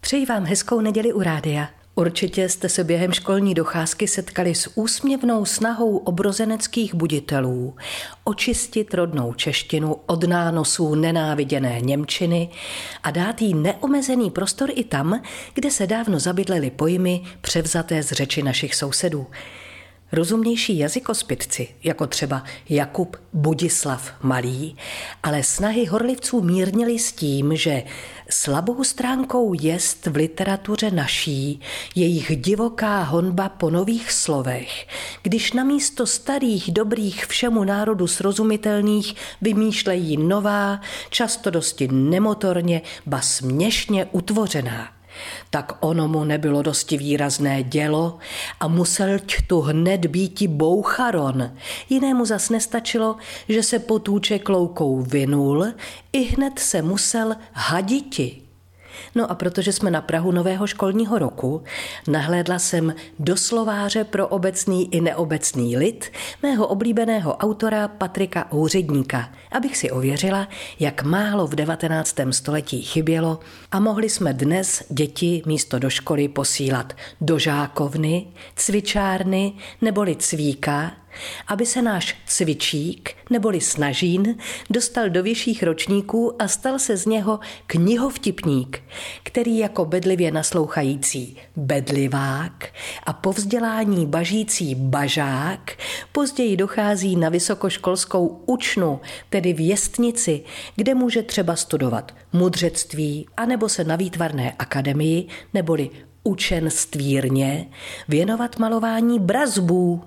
Přeji vám hezkou neděli u rádia. Určitě jste se během školní docházky setkali s úsměvnou snahou obrozeneckých buditelů očistit rodnou češtinu od nánosů nenáviděné němčiny a dát jí neomezený prostor i tam, kde se dávno zabydlely pojmy převzaté z řeči našich sousedů. Rozumnější jazykospitci, jako třeba Jakub Budislav Malý, ale snahy horlivců mírnily s tím, že slabou stránkou jest v literatuře naší jejich divoká honba po nových slovech, když namísto starých, dobrých, všemu národu srozumitelných vymýšlejí nová, často dosti nemotorně, ba směšně utvořená. Tak ono mu nebylo dosti výrazné dělo a musel tu hned býti boucharon. Jinému zas nestačilo, že se potůče kloukou vinul, i hned se musel haditi. No a protože jsme na prahu nového školního roku, nahlédla jsem do slováře pro obecný i neobecný lid mého oblíbeného autora Patrika Ouředníka, abych si ověřila, jak málo v 19. století chybělo a mohli jsme dnes děti místo do školy posílat do žákovny, cvičárny neboli cvíka, aby se náš cvičík neboli snažín dostal do vyšších ročníků a stal se z něho knihovtipník, který jako bedlivě naslouchající bedlivák a po vzdělání bažící bažák později dochází na vysokoškolskou učnu, tedy věstnici, kde může třeba studovat mudřectví anebo se na výtvarné akademii neboli učenstvírně věnovat malování brazbů.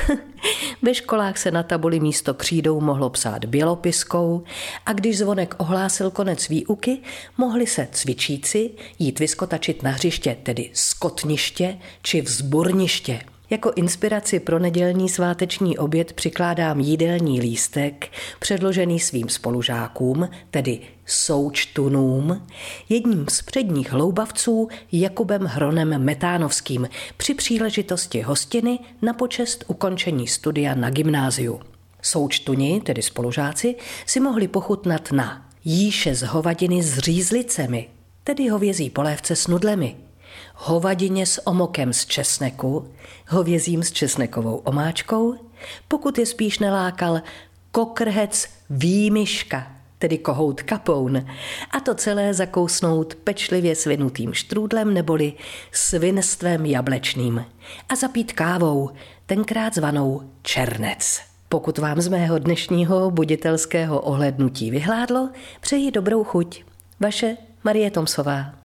Ve školách se na tabuli místo křídou mohlo psát bělopiskou a když zvonek ohlásil konec výuky, mohli se cvičíci jít vyskotačit na hřiště, tedy skotniště či vzburniště. Jako inspiraci pro nedělní sváteční oběd přikládám jídelní lístek, předložený svým spolužákům, tedy součtunům, jedním z předních hloubavců Jakubem Hronem Metánovským při příležitosti hostiny na počest ukončení studia na gymnáziu. Součtuni, tedy spolužáci, si mohli pochutnat na jíše z hovadiny s řízlicemi, tedy hovězí polévce s nudlemi, hovadině s omokem z česneku, hovězím s česnekovou omáčkou, pokud je spíš nelákal kokrhec výmyška, tedy kohout kapoun, a to celé zakousnout pečlivě svinutým štrůdlem neboli svinstvem jablečným a zapít kávou, tenkrát zvanou černec. Pokud vám z mého dnešního buditelského ohlédnutí vyhládlo, přeji dobrou chuť. Vaše Marie Tomsová.